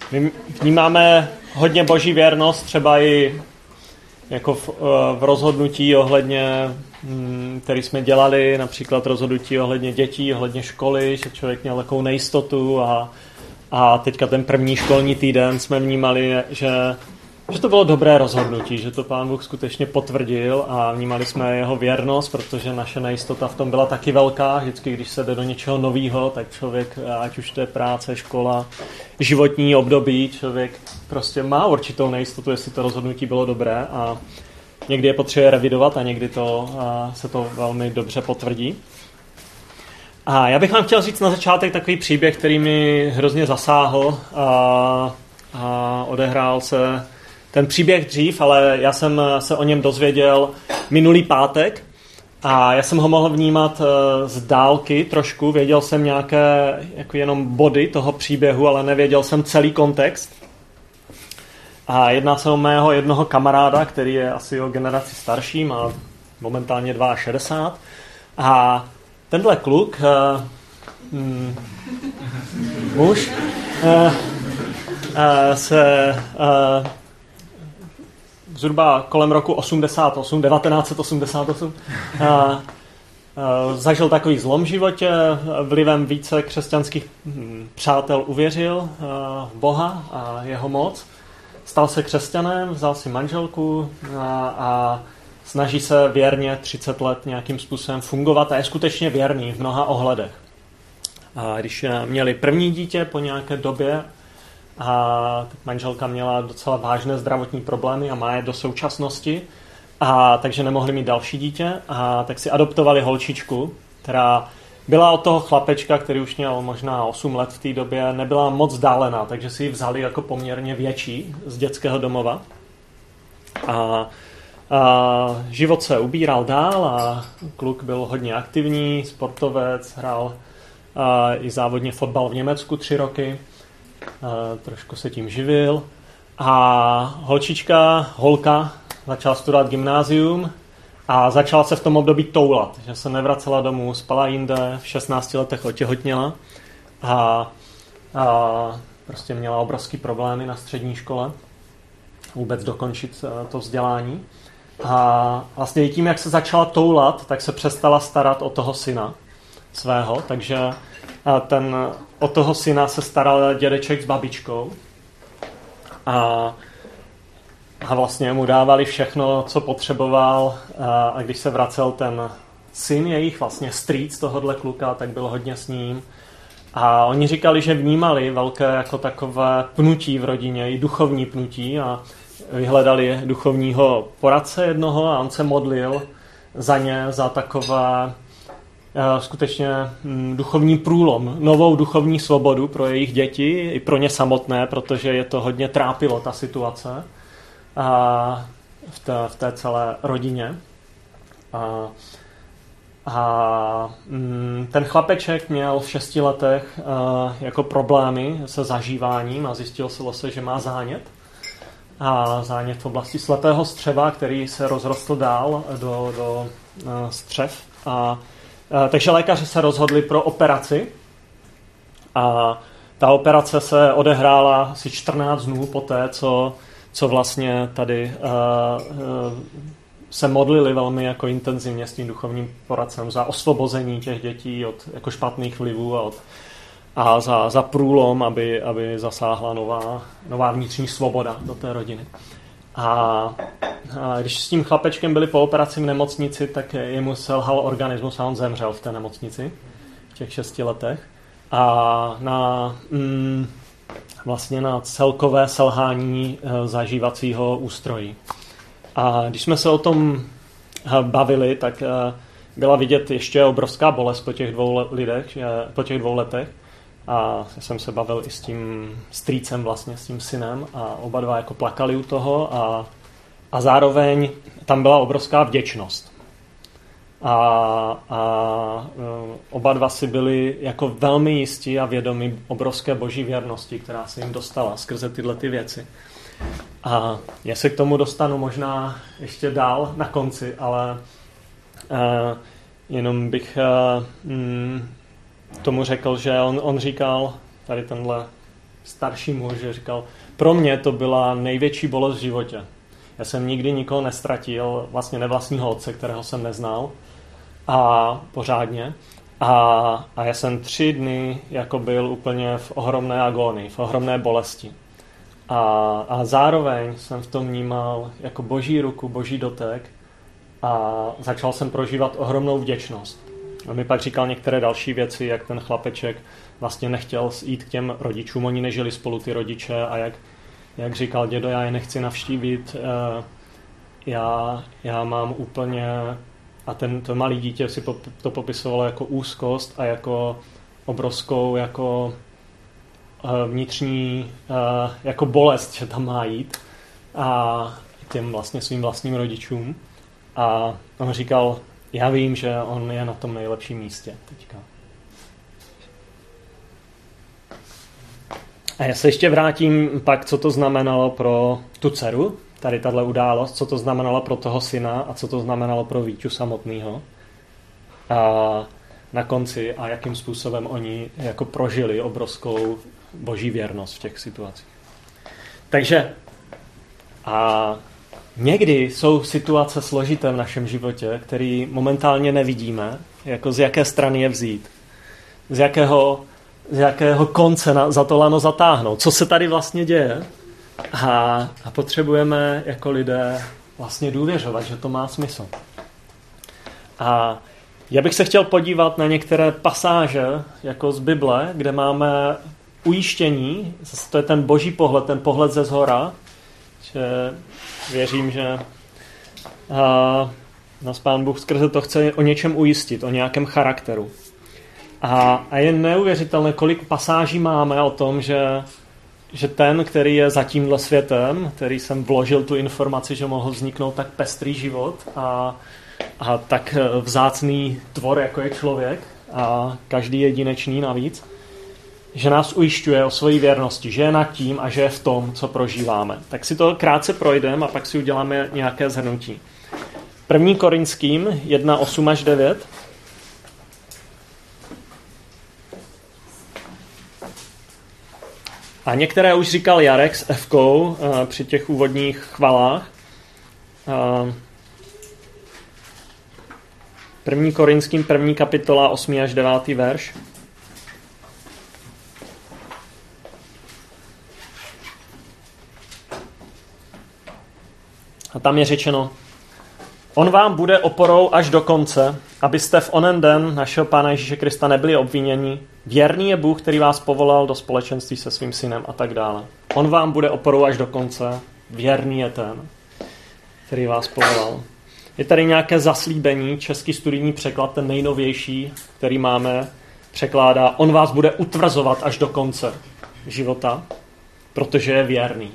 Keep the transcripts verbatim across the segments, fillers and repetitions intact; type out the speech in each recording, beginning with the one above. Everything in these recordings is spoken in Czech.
My vnímáme hodně boží věrnost, třeba i jako v, v rozhodnutí ohledně, který jsme dělali, například rozhodnutí ohledně dětí, ohledně školy, že člověk měl takovou nejistotu a, a teďka ten první školní týden jsme vnímali, že, že to bylo dobré rozhodnutí, že to Pán Bůh skutečně potvrdil a vnímali jsme jeho věrnost, protože naše nejistota v tom byla taky velká. Vždycky, když se jde do něčeho nového, tak člověk, ať už to je práce, škola, životní období, člověk prostě má určitou nejistotu, jestli to rozhodnutí bylo dobré a někdy je potřeba revidovat a někdy to, a se to velmi dobře potvrdí. A já bych vám chtěl říct na začátek takový příběh, který mi hrozně zasáhl a, a odehrál se ten příběh dřív, ale já jsem se o něm dozvěděl minulý pátek a já jsem ho mohl vnímat z dálky trošku, věděl jsem nějaké jako jenom body toho příběhu, ale nevěděl jsem celý kontext. A jedná se o mého jednoho kamaráda, který je asi o generaci starší, má momentálně šedesát dva. A tenhle kluk, uh, mm, muž, uh, uh, se uh, zhruba kolem roku osmdesát osm, devatenáct set osmdesát osm, uh, uh, zažil takový zlom v životě, vlivem více křesťanských hm, přátel uvěřil uh, v Boha a jeho moc. Stal se křesťanem, vzal si manželku a, a snaží se věrně třicet let nějakým způsobem fungovat a je skutečně věrný v mnoha ohledech. A když měli první dítě po nějaké době, a manželka měla docela vážné zdravotní problémy a má je do současnosti, a takže nemohli mít další dítě, a tak si adoptovali holčičku, která byla od toho chlapečka, který už měl možná osm let v té době, nebyla moc vzdálená, takže si ji vzali jako poměrně větší z dětského domova. A, a život se ubíral dál a kluk byl hodně aktivní, sportovec, hrál a, i závodně fotbal v Německu tři roky, a, trošku se tím živil. A holčička, holka, začala studovat gymnázium a začala se v tom období toulat, že se nevracela domů, spala jinde, v šestnácti letech otěhotněla a, a prostě měla obrovský problémy na střední škole vůbec dokončit to vzdělání. A vlastně tím, jak se začala toulat, tak se přestala starat o toho syna svého, takže ten, o toho syna se staral dědeček s babičkou a A vlastně mu dávali všechno, co potřeboval, a když se vracel ten syn jejich, vlastně strýc tohodle kluka, tak byl hodně s ním. A oni říkali, že vnímali velké jako takové pnutí v rodině, i duchovní pnutí a vyhledali duchovního poradce jednoho a on se modlil za ně, za takové skutečně duchovní průlom, novou duchovní svobodu pro jejich děti i pro ně samotné, protože je to hodně trápilo, ta situace. A v, té, v té celé rodině. A, a ten chlapeček měl v šesti letech a, jako problémy se zažíváním a zjistil se, že má zánět. A zánět v oblasti slepého střeva, který se rozrostl dál do, do a, střev. A, a, takže lékaři se rozhodli pro operaci. A ta operace se odehrála asi čtrnáct dnů poté, co co vlastně tady uh, uh, se modlili velmi jako intenzivně s tím duchovním poradcem za osvobození těch dětí od jako špatných vlivů a, od, a za, za průlom, aby, aby zasáhla nová, nová vnitřní svoboda do té rodiny. A, a když s tím chlapečkem byli po operaci v nemocnici, tak jemu selhal organismus a on zemřel v té nemocnici v těch šesti letech. A na... Mm, vlastně na celkové selhání zažívacího ústrojí. A když jsme se o tom bavili, tak byla vidět ještě obrovská bolest po těch dvou lidech, po těch dvou letech. A jsem se bavil i s tím strýcem vlastně, s tím synem a oba dva jako plakali u toho a, a zároveň tam byla obrovská vděčnost. A, a oba dva si byli jako velmi jistí a vědomí obrovské boží věrnosti, která se jim dostala skrze tyhle ty věci. A já se k tomu dostanu možná ještě dál na konci, ale uh, jenom bych uh, mm, tomu řekl, že on, on říkal, tady tenhle starší muž, že říkal, pro mě to byla největší bolest v životě. Já jsem nikdy nikoho nestratil, vlastně nevlastního otce, kterého jsem neznal, a pořádně. A, a já jsem tři dny jako byl úplně v ohromné agónii, v ohromné bolesti. A, a zároveň jsem v tom vnímal jako boží ruku, boží dotek a začal jsem prožívat ohromnou vděčnost. A mi pak říkal některé další věci, jak ten chlapeček vlastně nechtěl jít k těm rodičům, oni nežili spolu ty rodiče a jak, jak říkal, dědo, já je nechci navštívit, já, já mám úplně... A ten, to malý dítě si to popisovalo jako úzkost a jako obrovskou jako vnitřní jako bolest, že tam má jít a těm vlastně svým vlastním rodičům. A on říkal, já vím, že on je na tom nejlepším místě teďka. A já se ještě vrátím pak, co to znamenalo pro tu dceru, tady tahle událost, co to znamenalo pro toho syna a co to znamenalo pro Víťu samotného. A na konci a jakým způsobem oni jako prožili obrovskou boží věrnost v těch situacích. Takže a někdy jsou situace složité v našem životě, které momentálně nevidíme, jako z jaké strany je vzít, z jakého, z jakého konce na, za to lano zatáhnout, co se tady vlastně děje. A, a potřebujeme jako lidé vlastně důvěřovat, že to má smysl. A já bych se chtěl podívat na některé pasáže jako z Bible, kde máme ujištění, to je ten boží pohled, ten pohled ze zhora, že věřím, že a, nás Pán Bůh skrze to chce o něčem ujistit, o nějakém charakteru. A, a je neuvěřitelné, kolik pasáží máme o tom, že že ten, který je za tímhle světem, který jsem vložil tu informaci, že mohl vzniknout tak pestrý život a, a tak vzácný tvor, jako je člověk a každý jedinečný navíc, že nás ujišťuje o své věrnosti, že je nad tím a že je v tom, co prožíváme. Tak si to krátce projdeme a pak si uděláme nějaké shrnutí. První Korinským jedna, osm až devět. A některé už říkal Jarek s Evkou uh, při těch úvodních chvalách. Uh, první Korinským, první kapitola, osmý až devátý verš. A tam je řečeno, on vám bude oporou až do konce, abyste v onen den našeho Pána Ježíše Krista nebyli obviněni. Věrný je Bůh, který vás povolal do společenství se svým synem a tak dále. On vám bude oporou až do konce. Věrný je ten, který vás povolal. Je tady nějaké zaslíbení, český studijní překlad, ten nejnovější, který máme, překládá, on vás bude utvrzovat až do konce života, protože je věrný.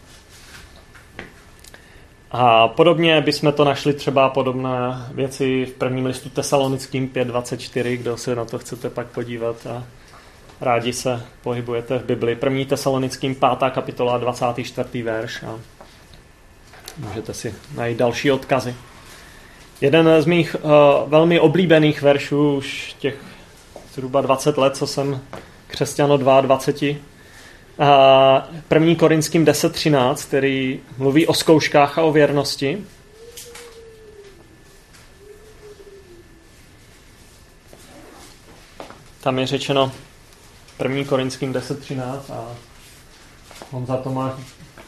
A podobně bychom to našli třeba podobné věci v prvním listu Tesalonickým pět dvacet čtyři, kdo se na to chcete pak podívat a rádi se pohybujete v Bibli. První Tesalonickým pátá kapitola dvacátý čtvrtý verš a můžete si najít další odkazy. Jeden z mých uh, velmi oblíbených veršů už těch zhruba dvacet let, co jsem křesťan od dvacet dva. První Korinským deset třináct, který mluví o zkouškách a o věrnosti. Tam je řečeno první Korinským deset třináct a on za to má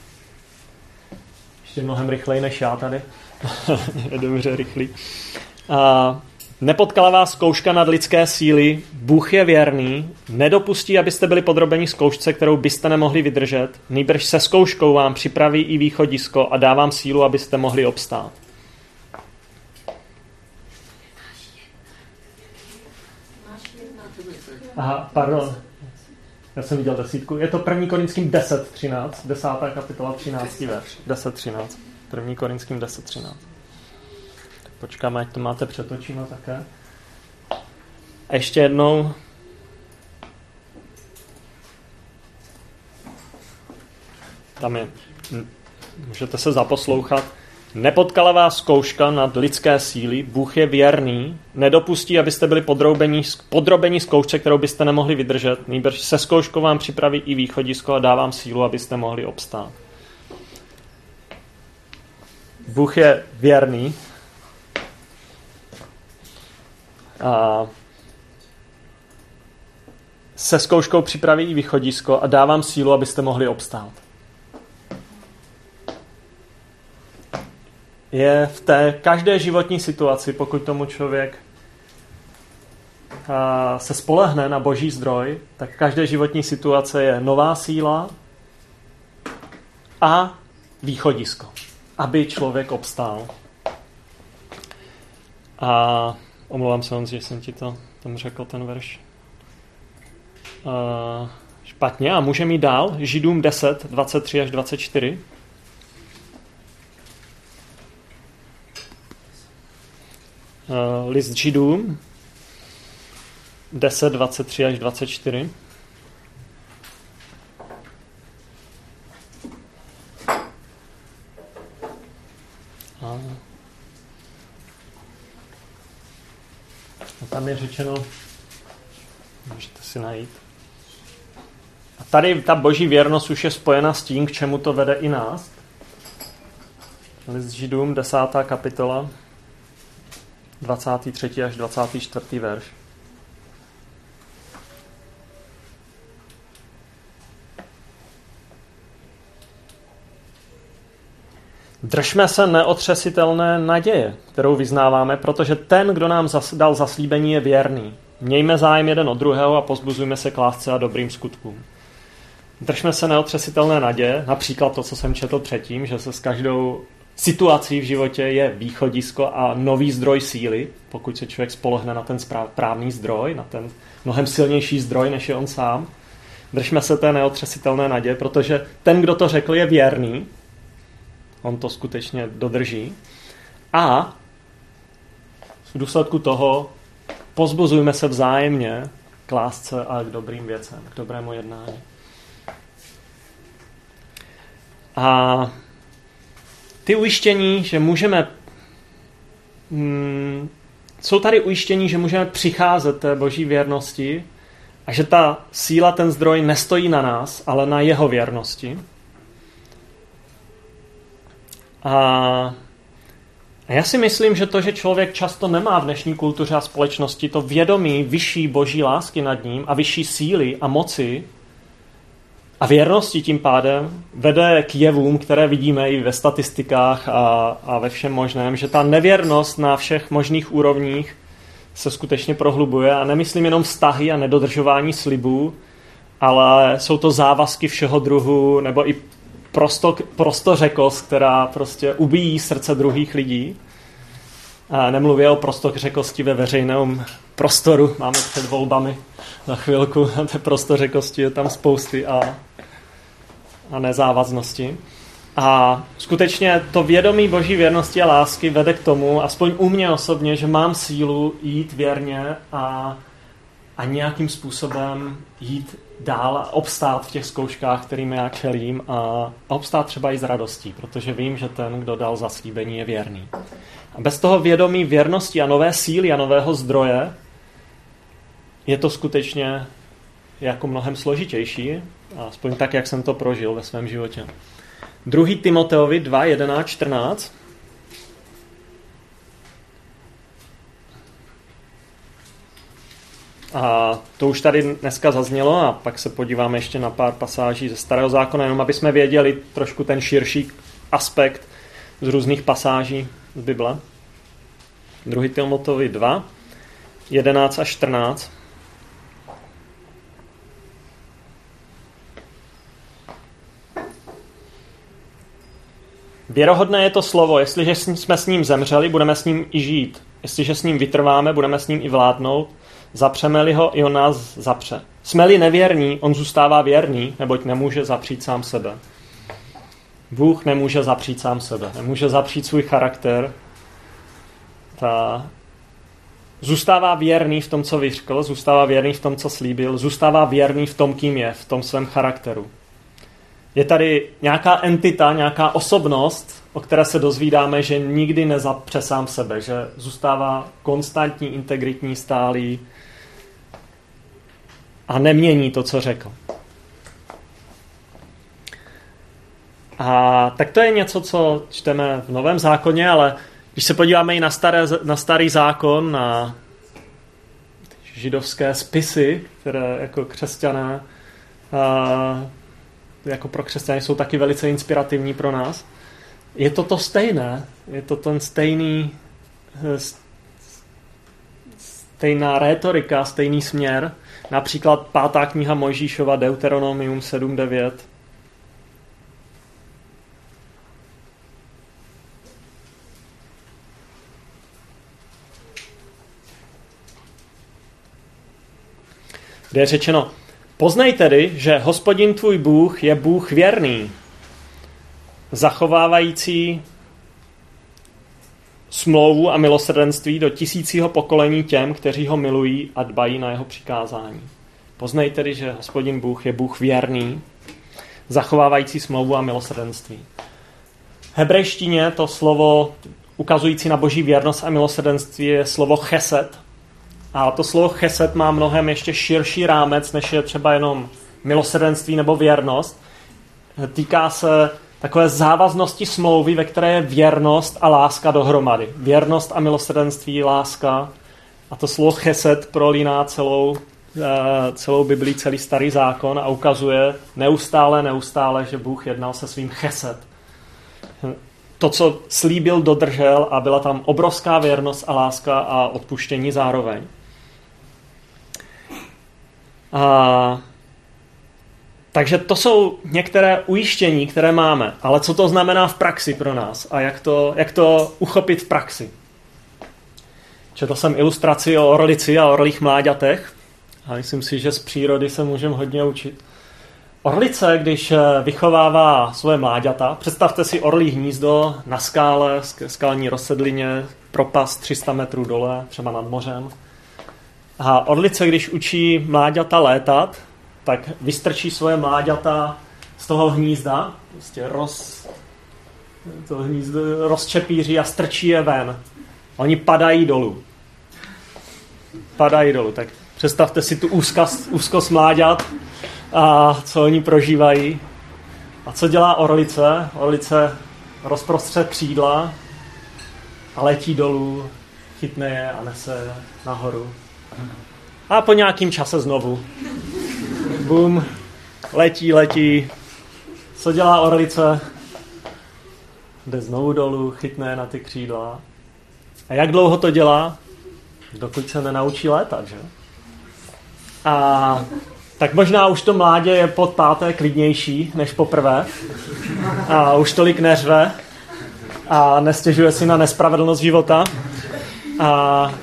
ještě mnohem rychleji než já tady. Je dobře rychlý. A nepotkala vás zkouška nad lidské síly, Bůh je věrný, nedopustí, abyste byli podrobeni zkoušce, kterou byste nemohli vydržet, nýbrž se zkouškou vám připraví i východisko a dá vám sílu, abyste mohli obstát. Aha, pardon. Já jsem viděl desítku. Je to první Korinským deset třináct, desátá kapitola třináctý verš. deset třináct. první Korinským deset třináct. Počkáme, ať to máte před očima také. A ještě jednou. Tam je. Můžete se zaposlouchat. Nepotkala vás zkouška nad lidské síly, Bůh je věrný, nedopustí, abyste byli podrobeni, podrobeni zkoušce, kterou byste nemohli vydržet, nýbrž se zkouškou vám připraví i východisko a dá vám sílu, abyste mohli obstát. Bůh je věrný a se zkouškou připraví i východisko a dá vám sílu, abyste mohli obstát. Je v té každé životní situaci, pokud tomu člověk se spolehne na Boží zdroj, tak v každé životní situace je nová síla a východisko, aby člověk obstál. A omlouvám se, že jsem ti to tam řekl, ten verš uh, špatně. A můžeme jít dál. Židům deset, dvacet tři až dvacet čtyři. Uh, list Židům deset, dvacet tři až dvacet čtyři. A tam je řečeno, můžete si najít. A tady ta boží věrnost už je spojena s tím, k čemu to vede i nás. List Židům, desátá kapitola, dvacátý třetí až dvacátý čtvrtý verš. Držme se neotřesitelné naděje, kterou vyznáváme, protože ten, kdo nám zas, dal zaslíbení, je věrný. Mějme zájem jeden od druhého a pozbuzujme se k lásce a dobrým skutkům. Držme se neotřesitelné naděje, například to, co jsem četl předtím, že se s každou situací v životě je východisko a nový zdroj síly, pokud se člověk spolehne na ten správný zdroj, na ten mnohem silnější zdroj, než je on sám. Držme se té neotřesitelné naděje, protože ten, kdo to řekl, je věrný. On to skutečně dodrží. A v důsledku toho pozbuzujme se vzájemně k lásce a k dobrým věcem, k dobrému jednání. A ty ujištění, že můžeme... Hmm, jsou tady ujištění, že můžeme přicházet té boží věrnosti a že ta síla, ten zdroj nestojí na nás, ale na jeho věrnosti. A já si myslím, že to, že člověk často nemá v dnešní kultuře a společnosti to vědomí vyšší boží lásky nad ním a vyšší síly a moci a věrnosti tím pádem vede k jevům, které vidíme i ve statistikách a, a ve všem možném, že ta nevěrnost na všech možných úrovních se skutečně prohlubuje a nemyslím jenom vztahy a nedodržování slibů, ale jsou to závazky všeho druhu nebo i Prosto, prostořekost, která prostě ubíjí srdce druhých lidí. A nemluvě o prostořekosti ve veřejném prostoru. Máme před volbami za chvilku. Té prostořekosti je tam spousty a, a nezávaznosti. A skutečně to vědomí boží věrnosti a lásky vede k tomu, aspoň u mě osobně, že mám sílu jít věrně a, a nějakým způsobem jít dál a obstát v těch zkouškách, kterými já čelím a, a obstát třeba i s radostí, protože vím, že ten, kdo dal zaslíbení, je věrný. A bez toho vědomí věrnosti a nové síly a nového zdroje je to skutečně jako mnohem složitější, aspoň tak, jak jsem to prožil ve svém životě. druhý Timoteovi dva, jedenáct, čtrnáct. A to už tady dneska zaznělo a pak se podíváme ještě na pár pasáží ze Starého zákona, jenom aby jsme věděli trošku ten širší aspekt z různých pasáží z Bible. druhý Timoteovi dva, jedenáct a čtrnáct. Věrohodné je to slovo, jestliže jsme s ním zemřeli, budeme s ním i žít. Jestliže s ním vytrváme, budeme s ním i vládnout. Zapřeme-li ho, i on nás zapře. Jsme-li nevěrní, on zůstává věrný, neboť nemůže zapřít sám sebe. Bůh nemůže zapřít sám sebe. Nemůže zapřít svůj charakter. Ta... Zůstává věrný v tom, co vyřkl, zůstává věrný v tom, co slíbil, zůstává věrný v tom, kým je, v tom svém charakteru. Je tady nějaká entita, nějaká osobnost, o které se dozvídáme, že nikdy nezapře sám sebe, že zůstává konstantní, integritní, stálý a nemění to, co řekl. A tak to je něco, co čteme v Novém zákoně, ale když se podíváme i na, staré, na starý zákon, na židovské spisy, které jako křesťané, a jako pro křesťany jsou taky velice inspirativní pro nás, je to to stejné. Je to ten stejný stejná rétorika, stejný směr. Například pátá kniha Mojžíšova Deuteronomium sedm devět. Kde je řečeno: Poznej tedy, že Hospodin tvůj Bůh je Bůh věrný, zachovávající smlouvu a milosrdenství do tisícího pokolení těm, kteří ho milují a dbají na jeho přikázání. Poznej tedy, že Hospodin Bůh je Bůh věrný, zachovávající smlouvu a milosrdenství. V hebrejštině to slovo ukazující na boží věrnost a milosrdenství je slovo chesed. A to slovo chesed má mnohem ještě širší rámec, než je třeba jenom milosrdenství nebo věrnost. Týká se takové závaznosti smlouvy, ve které je věrnost a láska dohromady. Věrnost a milosrdenství, láska. A to slovo chesed prolíná celou, celou Biblii, celý starý zákon a ukazuje neustále, neustále, že Bůh jednal se svým chesed. To, co slíbil, dodržel a byla tam obrovská věrnost a láska a odpuštění zároveň. A, takže to jsou některé ujištění, které máme. Ale co to znamená v praxi pro nás? A jak to, jak to uchopit v praxi? Četl jsem ilustraci o orlici a orlích mláďatech. A myslím si, že z přírody se můžeme hodně učit. Orlice, když vychovává svoje mláďata, představte si orlí hnízdo na skále, skalní rozsedlině, propast tři sta metrů dole, třeba nad mořem. A orlice, když učí mláďata létat, tak vystrčí svoje mláďata z toho hnízda, prostě roz, to hnízdo rozčepíří a strčí je ven. Oni padají dolů. Padají dolů. Tak představte si tu úzkost, úzkost mláďat a co oni prožívají. A co dělá orlice? Orlice rozprostře křídla a letí dolů, chytne je a nese nahoru. A po nějakým čase znovu. Bum, letí, letí. Co dělá orlice? Jde znovu dolů, chytne je na ty křídla. A jak dlouho to dělá? Dokud se nenaučí létat, že? A tak možná už to mládě je pod páté klidnější než poprvé. A už tolik neřve a nestěžuje si na nespravedlnost života. A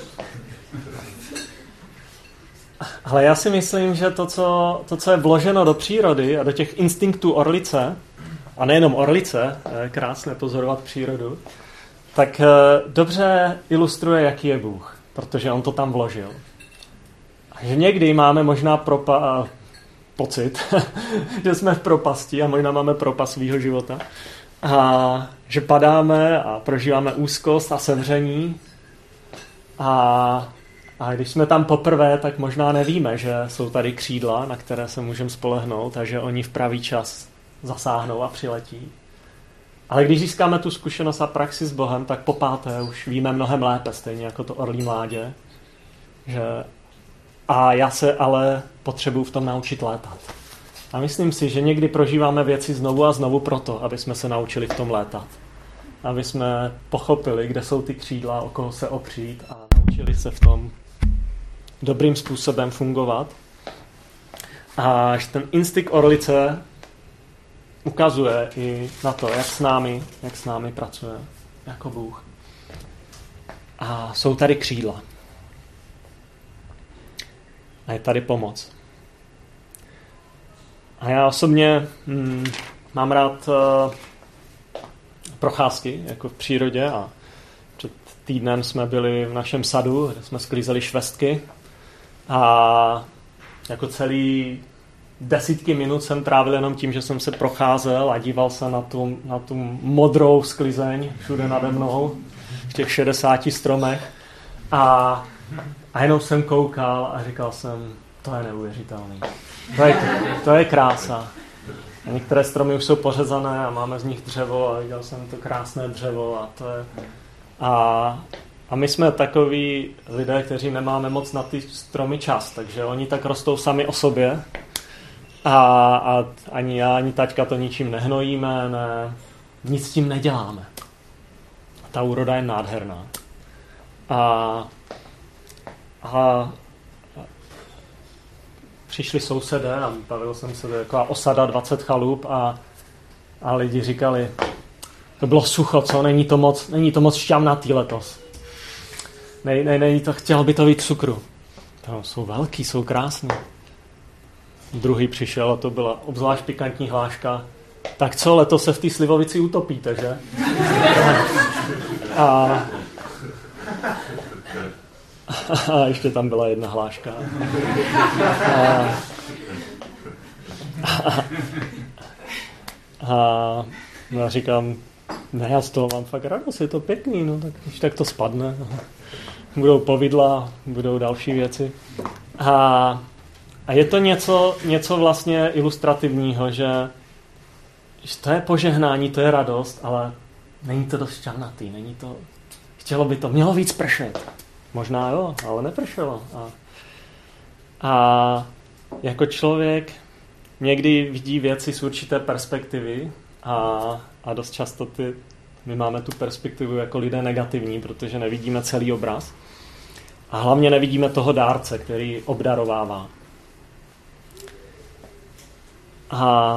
ale já si myslím, že to co, to, co je vloženo do přírody a do těch instinktů orlice, a nejenom orlice, je krásné pozorovat přírodu, tak dobře ilustruje, jaký je Bůh, protože on to tam vložil. A že někdy máme možná propa- pocit, že jsme v propasti a možná máme propast svýho života a že padáme a prožíváme úzkost a sevření a A když jsme tam poprvé, tak možná nevíme, že jsou tady křídla, na které se můžeme spolehnout a že oni v pravý čas zasáhnou a přiletí. Ale když získáme tu zkušenost a praxi s Bohem, tak po páté už víme mnohem lépe, stejně jako to orlí mládě. Že a já se ale potřebuji v tom naučit létat. A myslím si, že někdy prožíváme věci znovu a znovu proto, aby jsme se naučili v tom létat. Aby jsme pochopili, kde jsou ty křídla, o koho se opřít a naučili se v tom dobrým způsobem fungovat. A ten instinkt orlice ukazuje i na to, jak s námi, jak s námi pracuje jako Bůh. A jsou tady křídla. A je tady pomoc. A já osobně hm, mám rád uh, procházky jako v přírodě a před týdnem jsme byli v našem sadu, kde jsme sklízeli švestky a jako celý desítky minut jsem trávil jenom tím, že jsem se procházel a díval se na tu, na tu modrou sklizeň všude nade mnou v těch šedesáti stromech a, a jenom jsem koukal a říkal jsem, to je neuvěřitelný. To je, to je krása. A některé stromy už jsou pořezané a máme z nich dřevo a viděl jsem to krásné dřevo a to je... A, a my jsme takoví lidé, kteří nemáme moc na ty stromy čas, takže oni tak rostou sami o sobě a, a ani já, ani taťka to ničím nehnojíme, ne, nic s tím neděláme. Ta úroda je nádherná. A, a přišli sousedé a bavil jsem se, taková osada, dvacet chalup a, a lidi říkali, to bylo sucho, co? Není to moc, není to moc šťavnatý letos. Ne, ne, není to, chtěl by to víc cukru. To jsou velký, jsou krásný. Druhý přišel a to byla obzvlášť pikantní hláška. Tak co, letos se v té slivovici utopíte, že? A, a ještě tam byla jedna hláška. A, a, a já říkám, ne, já z toho mám fakt radost, je to pěkný, no tak když tak to spadne. Budou povidla, budou další věci. A, a je to něco, něco vlastně ilustrativního, že, že to je požehnání, to je radost, ale není to dost šťavnatý, není to, chtělo by to, mělo víc pršet. Možná jo, ale nepršelo. A, a jako člověk někdy vidí věci z určité perspektivy a, a dost často ty, my máme tu perspektivu jako lidé negativní, protože nevidíme celý obraz. A hlavně nevidíme toho dárce, který obdarovává. A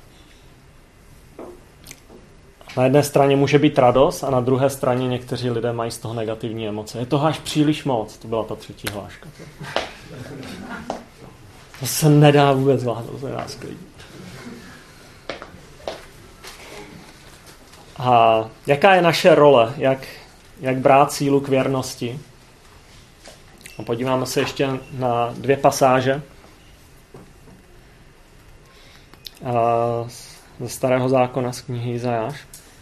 na jedné straně může být radost a na druhé straně někteří lidé mají z toho negativní emoce. Je toho až příliš moc. To byla ta třetí hláška. To se nedá vůbec zvládnout, to se nedá sklidit. A jaká je naše role? Jak, jak brát sílu k věrnosti? A podíváme se ještě na dvě pasáže ze Starého zákona z knihy Izajáš.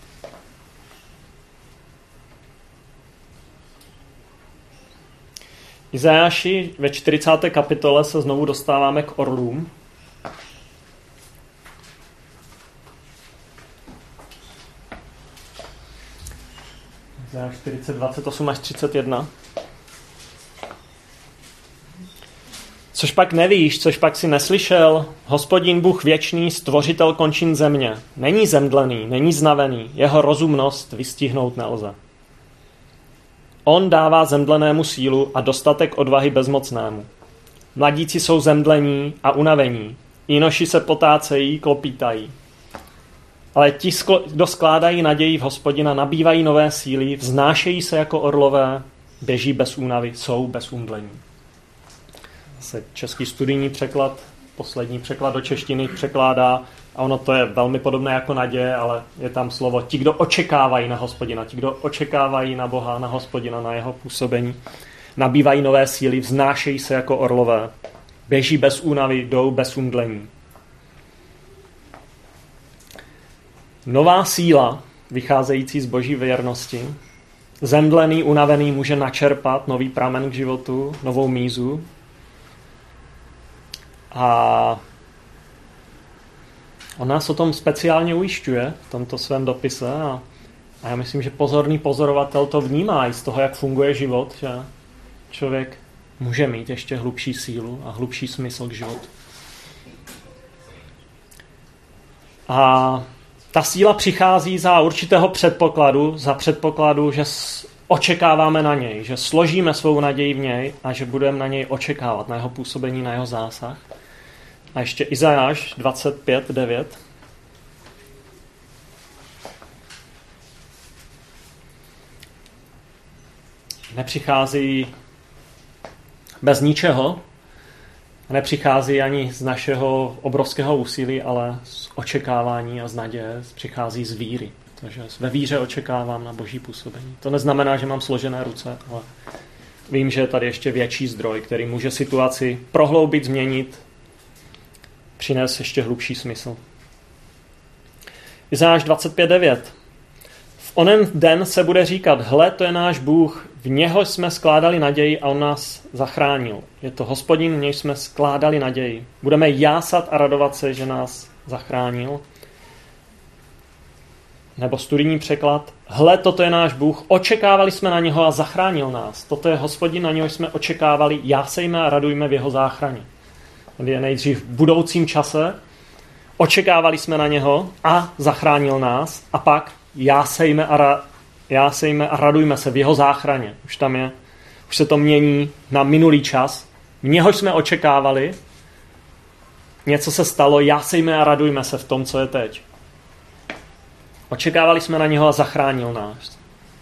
Izajáši ve čtyřicáté kapitole se znovu dostáváme k orlům. Izajáš čtyřicet, dvacet osm až třicet jedna. Což pak nevíš, což pak si neslyšel, Hospodin Bůh věčný, stvořitel končin země. Není zemdlený, není znavený, jeho rozumnost vystihnout nelze. On dává zemdlenému sílu a dostatek odvahy bezmocnému. Mladíci jsou zemdlení a unavení, jinoši se potácejí, klopítají. Ale ti, kdo skládají naději v Hospodina, nabývají nové síly, vznášejí se jako orlové, běží bez únavy, jsou bez umdlení. Se český studijní překlad, poslední překlad do češtiny překládá, a ono to je velmi podobné jako naděje, ale je tam slovo ti, kdo očekávají na Hospodina, ti, kdo očekávají na Boha, na Hospodina, na jeho působení, nabývají nové síly, vznášejí se jako orlové, běží bez únavy, jdou bez umdlení. Nová síla, vycházející z boží věrnosti, zemdlený, unavený může načerpat nový pramen k životu, novou mízu. A on nás o tom speciálně ujišťuje v tomto svém dopise a, a já myslím, že pozorný pozorovatel to vnímá i z toho, jak funguje život, že člověk může mít ještě hlubší sílu a hlubší smysl k životu. A ta síla přichází za určitého předpokladu, za předpokladu, že očekáváme na něj, že složíme svou naději v něj a že budeme na něj očekávat, na jeho působení, na jeho zásah. A ještě Izajáš dvacet pět devět. Nepřichází bez ničeho, nepřichází ani z našeho obrovského úsilí, ale z očekávání a z naděje, přichází z víry. Takže ve víře očekávám na boží působení. To neznamená, že mám složené ruce, ale vím, že je tady ještě větší zdroj, který může situaci prohloubit, změnit přinést ještě hlubší smysl. Izajáš dvacet pět devět. V onen den se bude říkat, hle, to je náš Bůh, v něho jsme skládali naději a on nás zachránil. Je to Hospodin, v něj jsme skládali naději. Budeme jásat a radovat se, že nás zachránil. Nebo studijní překlad, hle, toto je náš Bůh, očekávali jsme na něho a zachránil nás. Toto je Hospodin, na něho jsme očekávali, jásejme a radujme v jeho záchraně. Tady je nejdřív v budoucím čase, očekávali jsme na něho a zachránil nás a pak jásejme a, ra, jásejme a radujme se v jeho záchraně. Už tam je, už se to mění na minulý čas. V něhož jsme očekávali, něco se stalo, jásejme a radujme se v tom, co je teď. Očekávali jsme na něho a zachránil nás.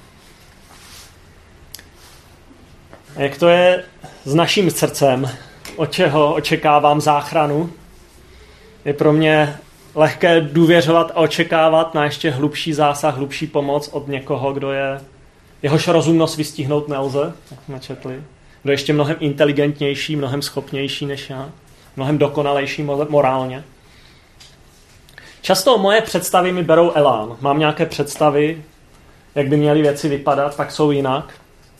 A jak to je s naším srdcem, od čeho očekávám záchranu, je pro mě lehké důvěřovat a očekávat na ještě hlubší zásah, hlubší pomoc od někoho, kdo je, jehož rozumnost vystihnout nelze, jak jsme četli, kdo je ještě mnohem inteligentnější, mnohem schopnější než já, mnohem dokonalejší morálně. Často moje představy mi berou elán. Mám nějaké představy, jak by měly věci vypadat, tak jsou jinak.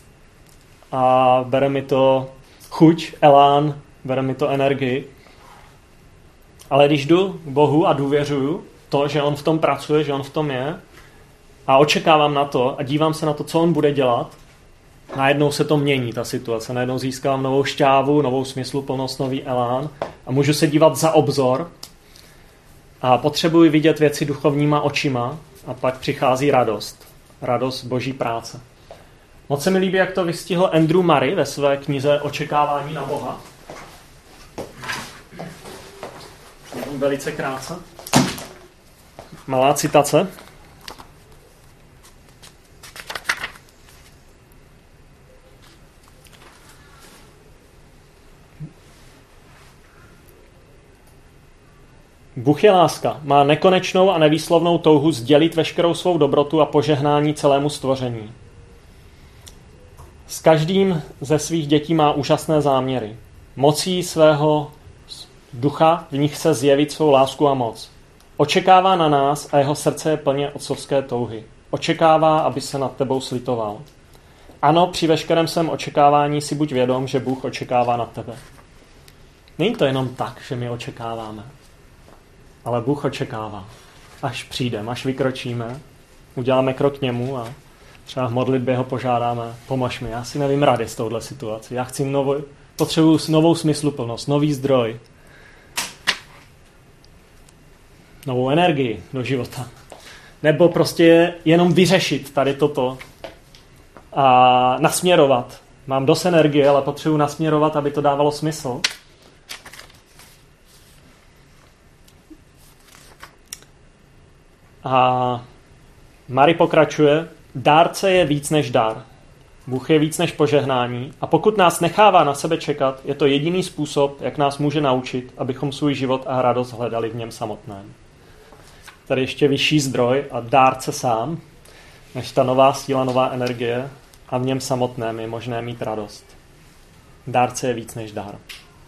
A bere mi to chuť, elán, bere mi to energii. Ale když jdu k Bohu a důvěřuju to, že on v tom pracuje, že on v tom je a očekávám na to a dívám se na to, co on bude dělat, najednou se to mění, ta situace. Najednou získávám novou šťávu, novou smysluplnost, nový elán a můžu se dívat za obzor a potřebuji vidět věci duchovníma očima a pak přichází radost. Radost boží práce. Moc se mi líbí, jak to vystihl Andrew Murray ve své knize Očekávání na Boha. Velice krátce. Malá citace. Bůh je láska, má nekonečnou a nevýslovnou touhu sdělit veškerou svou dobrotu a požehnání celému stvoření. S každým ze svých dětí má úžasné záměry. Mocí svého ducha v nich se zjevit svou lásku a moc. Očekává na nás a jeho srdce je plně otcovské touhy. Očekává, aby se nad tebou slitoval. Ano, při veškerém svém očekávání si buď vědom, že Bůh očekává na tebe. Není to jenom tak, že my očekáváme. Ale Bůh očekává. Až přijdeme, až vykročíme, uděláme krok k němu a třeba v modlitbě ho požádáme, pomož mi, já si nevím rady s touhle situací. Já chci novou, potřebuji novou smysluplnost, nový zdroj, novou energii do života. Nebo prostě jenom vyřešit tady toto a nasměrovat. Mám dost energie, ale potřebuji nasměrovat, aby to dávalo smysl. A Mary pokračuje, dárce je víc než dar. Bůh je víc než požehnání a pokud nás nechává na sebe čekat, je to jediný způsob, jak nás může naučit, abychom svůj život a radost hledali v něm samotném. Tady ještě vyšší zdroj a dárce sám, než ta nová síla, nová energie a v něm samotném je možné mít radost. Dárce je víc než dar.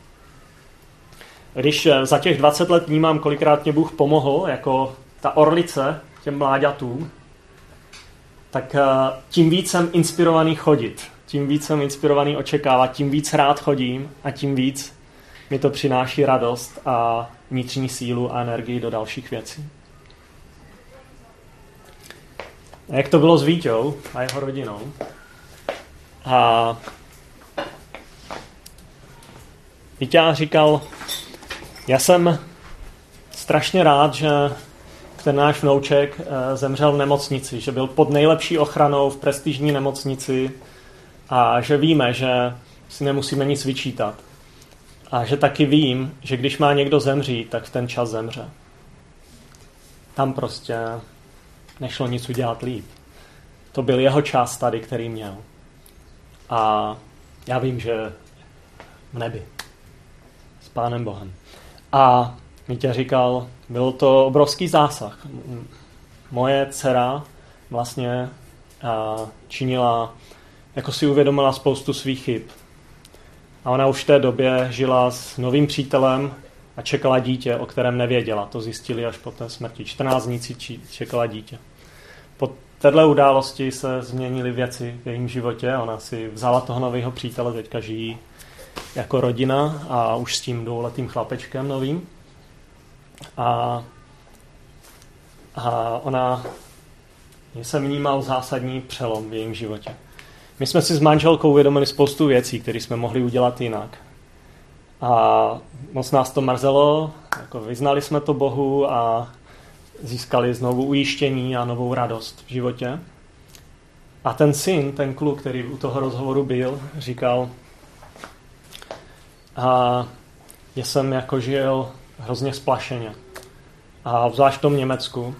Když za těch dvacet let vnímám, kolikrát mě Bůh pomohl, jako ta orlice těm mláďatům, tak tím víc jsem inspirovaný chodit, tím víc jsem inspirovaný očekávat, tím víc rád chodím a tím víc mi to přináší radost a vnitřní sílu a energii do dalších věcí. A jak to bylo s Víťou a jeho rodinou? A Víťa říkal, já jsem strašně rád, že ten náš vnouček zemřel v nemocnici, že byl pod nejlepší ochranou v prestižní nemocnici a že víme, že si nemusíme nic vyčítat. A že taky vím, že když má někdo zemřít, tak v ten čas zemře. Tam prostě nešlo nic udělat líp. To byl jeho čas tady, který měl. A já vím, že v nebi. S Pánem Bohem. A Mítě říkal, byl to obrovský zásah. Moje dcera vlastně činila, jako si uvědomila spoustu svých chyb. A ona už v té době žila s novým přítelem a čekala dítě, o kterém nevěděla. To zjistili až po té smrti. čtrnáct dní čekala dítě. Po této události se změnily věci v jejím životě. Ona si vzala toho nového přítele, teďka žijí jako rodina a už s tím dvouletým chlapečkem novým. A, a ona jsem vnímal zásadní přelom v jejím životě. My jsme si s manželkou uvědomili spoustu věcí, které jsme mohli udělat jinak. A moc nás to mrzelo, jako vyznali jsme to Bohu a získali znovu ujištění a novou radost v životě. A ten syn, ten kluk, který u toho rozhovoru byl, říkal, a já jsem jako žil hrozně splašeně. A zvlášť v tom Německu.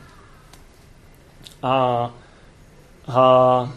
A, a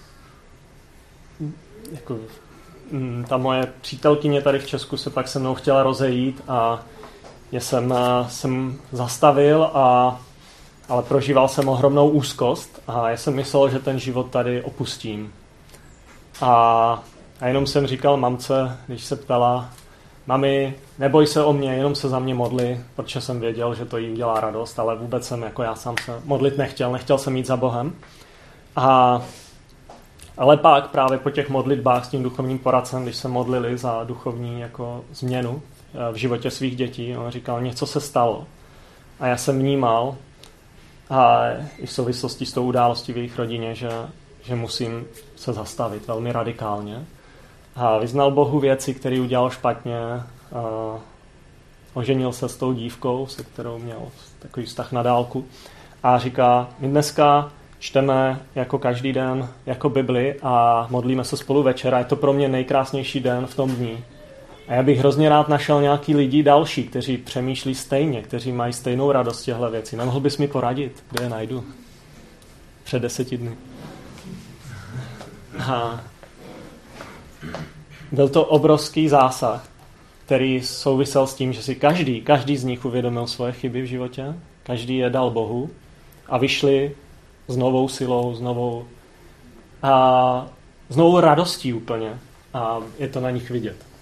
jako, ta moje přítelkyně tady v Česku se pak se mnou chtěla rozejít a já jsem, jsem zastavil, a, ale prožíval jsem ohromnou úzkost a já jsem myslel, že ten život tady opustím. A, a jenom jsem říkal mamce, když se ptala, mami, neboj se o mě, jenom se za mě modli, protože jsem věděl, že to jí udělá radost, ale vůbec jsem jako já sám se modlit nechtěl, nechtěl jsem jít za Bohem. A, ale pak právě po těch modlitbách s tím duchovním poradcem, když se modlili za duchovní jako změnu v životě svých dětí, on říkal, něco se stalo. A já jsem vnímal, a i v souvislosti s tou událostí v jejich rodině, že, že musím se zastavit velmi radikálně. A vyznal Bohu věci, které udělal špatně. A oženil se s tou dívkou, se kterou měl takový vztah na dálku. A říká, my dneska čteme jako každý den jako Bibli a modlíme se spolu večer a je to pro mě nejkrásnější den v tom dní. A já bych hrozně rád našel nějaký lidi další, kteří přemýšlí stejně, kteří mají stejnou radost těchto věcí. Nemohl bys mi poradit, kde je najdu? Před deseti dny. A byl to obrovský zásah, který souvisel s tím, že si každý, každý z nich uvědomil svoje chyby v životě, každý je dal Bohu a vyšli s novou silou, s novou, a s novou radostí úplně. A je to na nich vidět.